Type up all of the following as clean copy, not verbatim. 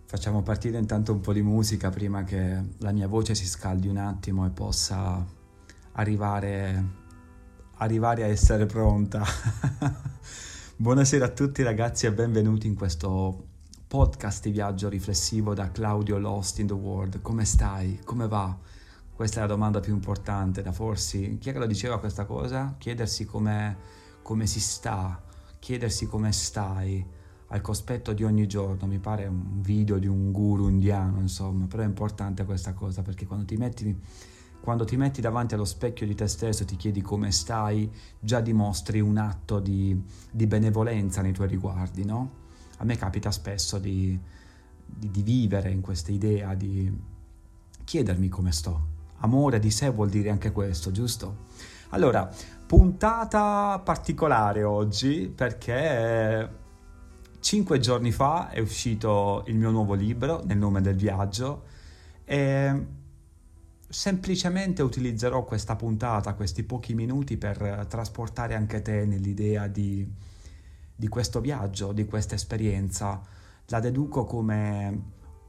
Facciamo partire intanto un po' di musica prima che la mia voce si scaldi un attimo e possa arrivare, arrivare a essere pronta. Buonasera a tutti ragazzi e benvenuti in questo podcast di viaggio riflessivo da Claudio Lost in the World. Come stai? Come va? Questa è la domanda più importante da porsi. Chi è che lo diceva questa cosa? Chiedersi come si sta, chiedersi come stai al cospetto di ogni giorno. Mi pare un video di un guru indiano, insomma, però è importante questa cosa, perché quando ti metti davanti allo specchio di te stesso, ti chiedi come stai, già dimostri un atto di benevolenza nei tuoi riguardi, no? A me capita spesso di vivere in questa idea di chiedermi come sto. Amore di sé vuol dire anche questo, giusto? Allora, puntata particolare oggi perché 5 giorni fa è uscito il mio nuovo libro, Nel nome del viaggio, e semplicemente utilizzerò questa puntata, questi pochi minuti per trasportare anche te nell'idea di questo viaggio, di questa esperienza. La deduco come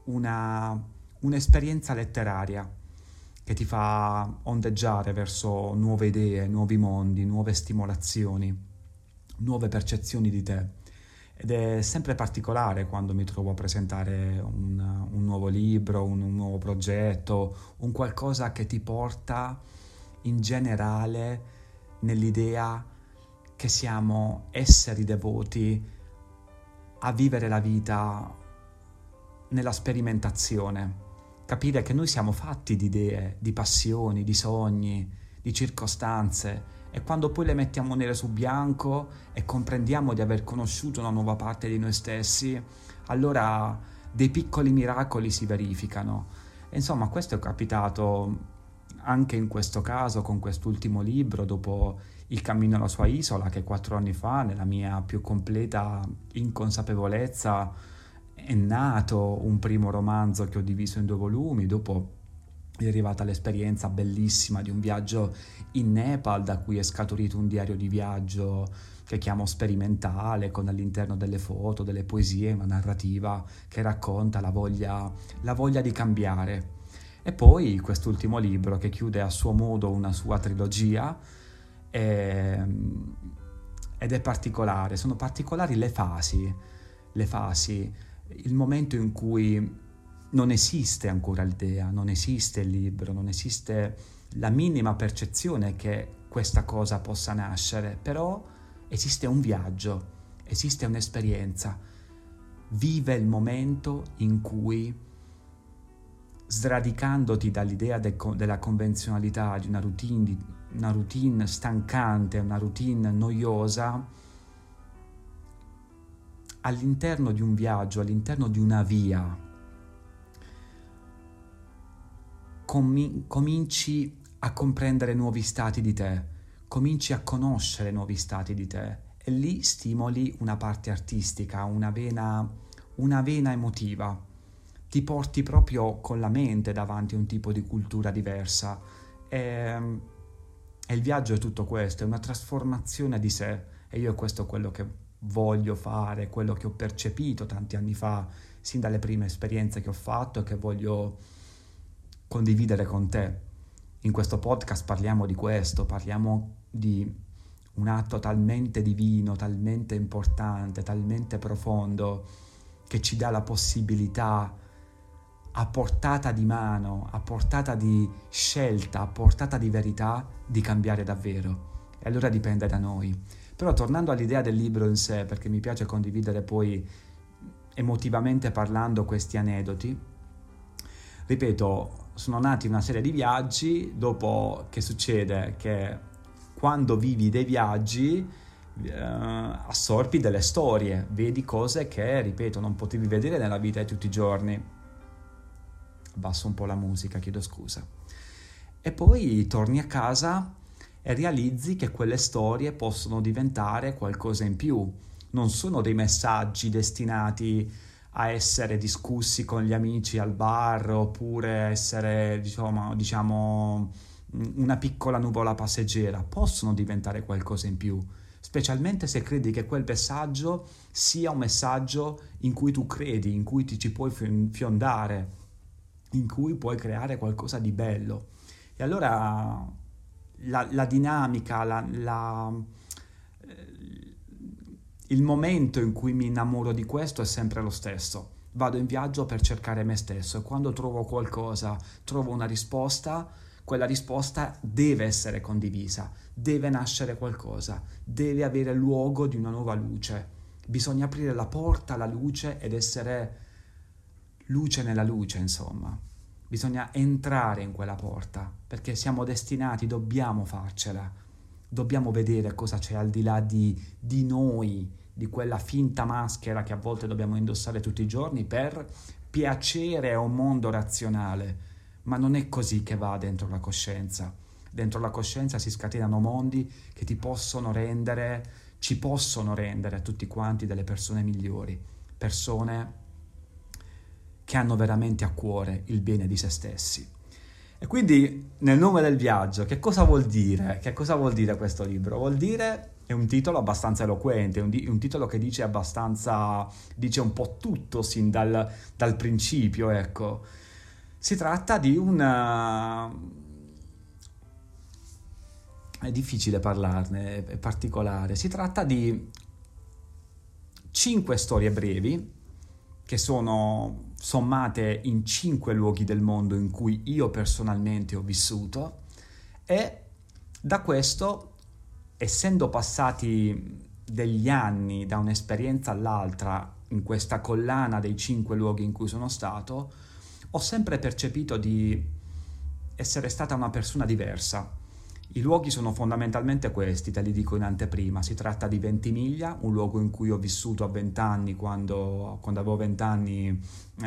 un'esperienza letteraria che ti fa ondeggiare verso nuove idee, nuovi mondi, nuove stimolazioni, nuove percezioni di te. Ed è sempre particolare quando mi trovo a presentare un nuovo libro, un nuovo progetto, un qualcosa che ti porta in generale nell'idea che siamo esseri devoti a vivere la vita nella sperimentazione. Capire che noi siamo fatti di idee, di passioni, di sogni, di circostanze, e quando poi le mettiamo nere su bianco e comprendiamo di aver conosciuto una nuova parte di noi stessi, allora dei piccoli miracoli si verificano. E insomma, questo è capitato anche in questo caso con quest'ultimo libro, dopo Il cammino alla sua isola, che 4 anni fa, nella mia più completa inconsapevolezza, è nato un primo romanzo che ho diviso in 2 volumi. Dopo è arrivata l'esperienza bellissima di un viaggio in Nepal, da cui è scaturito un diario di viaggio che chiamo sperimentale, con all'interno delle foto, delle poesie, una narrativa che racconta la voglia di cambiare. E poi quest'ultimo libro che chiude a suo modo una sua trilogia, ed è particolare. Sono particolari le fasi, il momento in cui non esiste ancora l'idea, non esiste il libro, non esiste la minima percezione che questa cosa possa nascere, però esiste un viaggio, esiste un'esperienza. Vive il momento in cui, sradicandoti dall'idea della convenzionalità, di una routine stancante, una routine noiosa, all'interno di un viaggio, all'interno di una via, cominci a comprendere nuovi stati di te, cominci a conoscere nuovi stati di te, e lì stimoli una parte artistica, una vena emotiva. Ti porti proprio con la mente davanti a un tipo di cultura diversa, e il viaggio è tutto questo, è una trasformazione di sé, e io questo è quello che voglio fare, quello che ho percepito tanti anni fa, sin dalle prime esperienze che ho fatto, e che voglio condividere con te. In questo podcast parliamo di questo, parliamo di un atto talmente divino, talmente importante, talmente profondo, che ci dà la possibilità, a portata di mano, a portata di scelta, a portata di verità, di cambiare davvero. E allora dipende da noi. Però tornando all'idea del libro in sé, perché mi piace condividere poi emotivamente parlando questi aneddoti, ripeto, sono nati una serie di viaggi. Dopo, che succede? Che quando vivi dei viaggi assorbi delle storie, vedi cose che, ripeto, non potevi vedere nella vita di tutti i giorni. Abbasso un po' la musica, chiedo scusa. E poi torni a casa e realizzi che quelle storie possono diventare qualcosa in più. Non sono dei messaggi destinati a essere discussi con gli amici al bar, oppure essere, diciamo, una piccola nuvola passeggera. Possono diventare qualcosa in più. specialmente se credi che quel messaggio sia un messaggio in cui tu credi, in cui ti ci puoi fiondare, in cui puoi creare qualcosa di bello. E allora la dinamica, il momento in cui mi innamoro di questo è sempre lo stesso. Vado in viaggio per cercare me stesso e quando trovo qualcosa, trovo una risposta, quella risposta deve essere condivisa, deve nascere qualcosa, deve avere luogo di una nuova luce. Bisogna aprire la porta alla luce ed essere luce nella luce, insomma. Bisogna entrare in quella porta, perché siamo destinati, dobbiamo farcela. Dobbiamo vedere cosa c'è al di là di noi, di quella finta maschera che a volte dobbiamo indossare tutti i giorni per piacere a un mondo razionale. Ma non è così che va dentro la coscienza. Dentro la coscienza si scatenano mondi che ci possono rendere a tutti quanti delle persone migliori, persone che hanno veramente a cuore il bene di se stessi. E quindi, nel nome del viaggio, che cosa vuol dire? Che cosa vuol dire questo libro? Vuol dire, è un titolo abbastanza eloquente, un titolo che dice un po' tutto sin dal principio, ecco. Si tratta di è difficile parlarne, è particolare. Si tratta di 5 storie brevi che sono sommate in 5 luoghi del mondo in cui io personalmente ho vissuto, e da questo, essendo passati degli anni da un'esperienza all'altra in questa collana dei 5 luoghi in cui sono stato, ho sempre percepito di essere stata una persona diversa. I luoghi sono fondamentalmente questi, te li dico in anteprima. Si tratta di Ventimiglia, un luogo in cui ho vissuto a 20 anni, quando avevo 20 anni,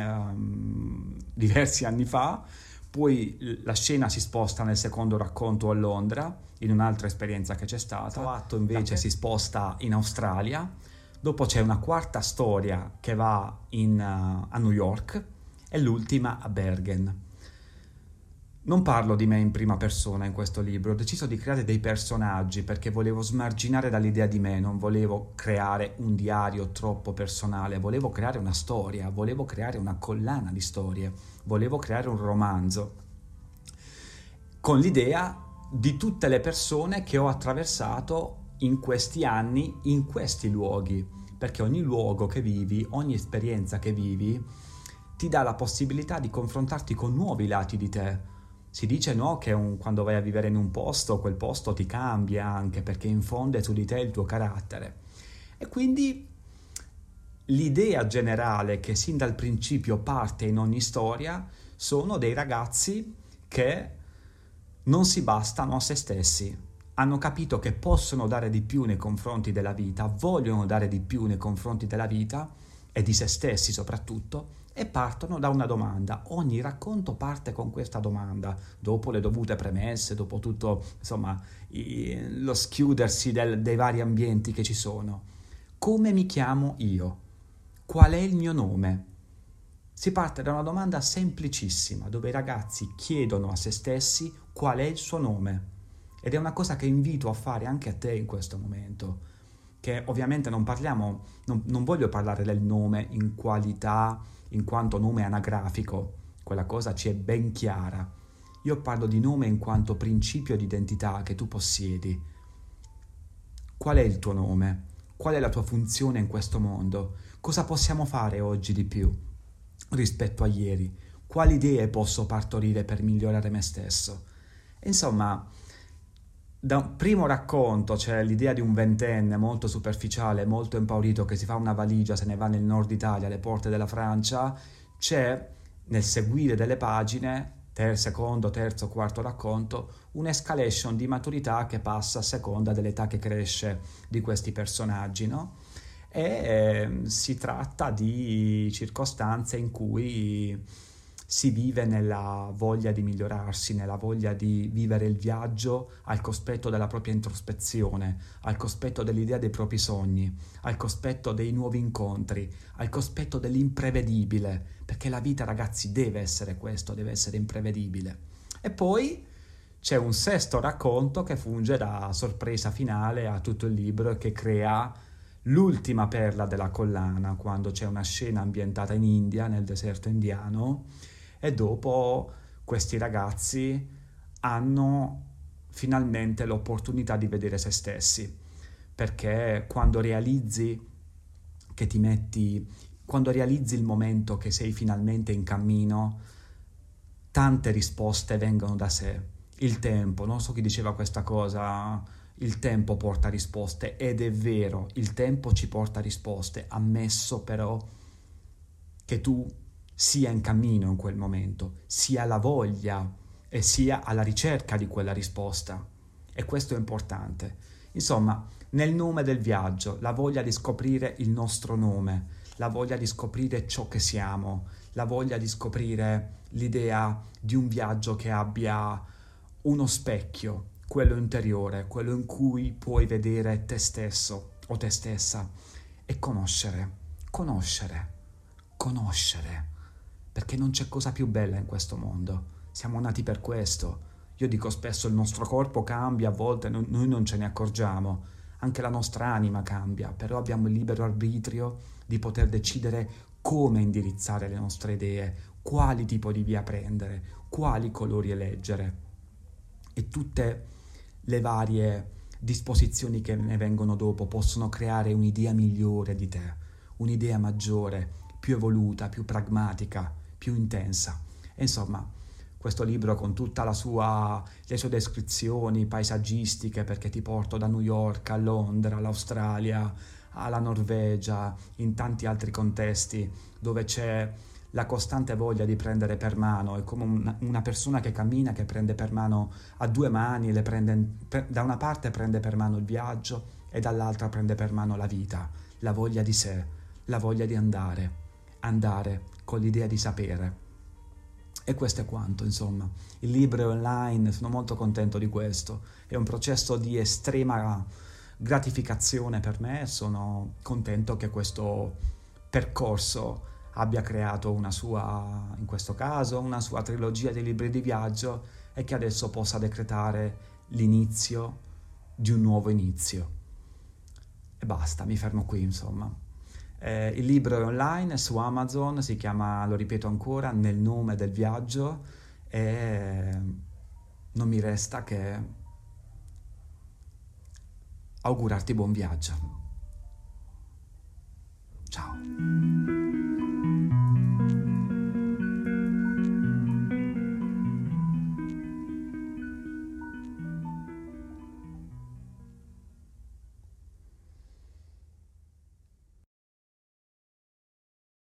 diversi anni fa. Poi la scena si sposta nel secondo racconto a Londra, in un'altra esperienza che c'è stata. L'atto invece si sposta in Australia. Dopo c'è una quarta storia che va a New York e l'ultima a Bergen. Non parlo di me in prima persona in questo libro, ho deciso di creare dei personaggi perché volevo smarginare dall'idea di me, non volevo creare un diario troppo personale, volevo creare una storia, volevo creare una collana di storie, volevo creare un romanzo, con l'idea di tutte le persone che ho attraversato in questi anni, in questi luoghi, perché ogni luogo che vivi, ogni esperienza che vivi, ti dà la possibilità di confrontarti con nuovi lati di te. Si dice, no, che quando vai a vivere in un posto, quel posto ti cambia anche perché infonde su di te il tuo carattere. E quindi l'idea generale che sin dal principio parte in ogni storia sono dei ragazzi che non si bastano a se stessi, hanno capito che possono dare di più nei confronti della vita, vogliono dare di più nei confronti della vita e di se stessi soprattutto, e partono da una domanda. Ogni racconto parte con questa domanda, dopo le dovute premesse, dopo tutto, insomma, lo schiudersi dei vari ambienti che ci sono. Come mi chiamo io? Qual è il mio nome? Si parte da una domanda semplicissima, dove i ragazzi chiedono a se stessi qual è il suo nome. Ed è una cosa che invito a fare anche a te in questo momento, che ovviamente non voglio parlare del nome in qualità, in quanto nome anagrafico, quella cosa ci è ben chiara. Io parlo di nome in quanto principio di identità che tu possiedi. Qual è il tuo nome? Qual è la tua funzione in questo mondo? Cosa possiamo fare oggi di più rispetto a ieri? Quali idee posso partorire per migliorare me stesso? Insomma, da un primo racconto c'è l'idea di un ventenne molto superficiale, molto impaurito, che si fa una valigia, se ne va nel nord Italia, alle porte della Francia. C'è, nel seguire delle pagine, secondo, terzo, quarto racconto, un'escalation di maturità che passa a seconda dell'età che cresce di questi personaggi, no? E si tratta di circostanze in cui si vive nella voglia di migliorarsi, nella voglia di vivere il viaggio al cospetto della propria introspezione, al cospetto dell'idea dei propri sogni, al cospetto dei nuovi incontri, al cospetto dell'imprevedibile, perché la vita, ragazzi, deve essere questo, deve essere imprevedibile. E poi c'è un sesto racconto che funge da sorpresa finale a tutto il libro e che crea l'ultima perla della collana, quando c'è una scena ambientata in India, nel deserto indiano, e dopo questi ragazzi hanno finalmente l'opportunità di vedere se stessi, perché quando realizzi il momento che sei finalmente in cammino, tante risposte vengono da sé. Il tempo, non so chi diceva questa cosa, il tempo porta risposte, ed è vero, il tempo ci porta risposte, ammesso però che tu sia in cammino in quel momento, sia la voglia e sia alla ricerca di quella risposta. E questo è importante. Insomma, nel nome del viaggio, la voglia di scoprire il nostro nome, la voglia di scoprire ciò che siamo, la voglia di scoprire l'idea di un viaggio che abbia uno specchio, quello interiore, quello in cui puoi vedere te stesso o te stessa e conoscere, perché non c'è cosa più bella in questo mondo. Siamo nati per questo. Io dico spesso il nostro corpo cambia, a volte noi non ce ne accorgiamo, anche la nostra anima cambia, però abbiamo il libero arbitrio di poter decidere come indirizzare le nostre idee, quali tipo di via prendere, quali colori eleggere. E tutte le varie disposizioni che ne vengono dopo possono creare un'idea migliore di te, un'idea maggiore, più evoluta, più pragmatica, più intensa. E insomma, questo libro con tutta le sue descrizioni paesaggistiche, perché ti porto da New York a Londra, all'Australia, alla Norvegia, in tanti altri contesti dove c'è la costante voglia di prendere per mano, è come una persona che cammina, che prende per mano a due mani, da una parte prende per mano il viaggio e dall'altra prende per mano la vita, la voglia di sé, la voglia di andare con l'idea di sapere. E questo è quanto, insomma. Il libro è online, sono molto contento di questo. È un processo di estrema gratificazione per me, sono contento che questo percorso abbia creato in questo caso, una sua trilogia di libri di viaggio e che adesso possa decretare l'inizio di un nuovo inizio. E basta, mi fermo qui, insomma. Il libro è online su Amazon, si chiama, lo ripeto ancora, Nel nome del viaggio, e non mi resta che augurarti buon viaggio. Ciao.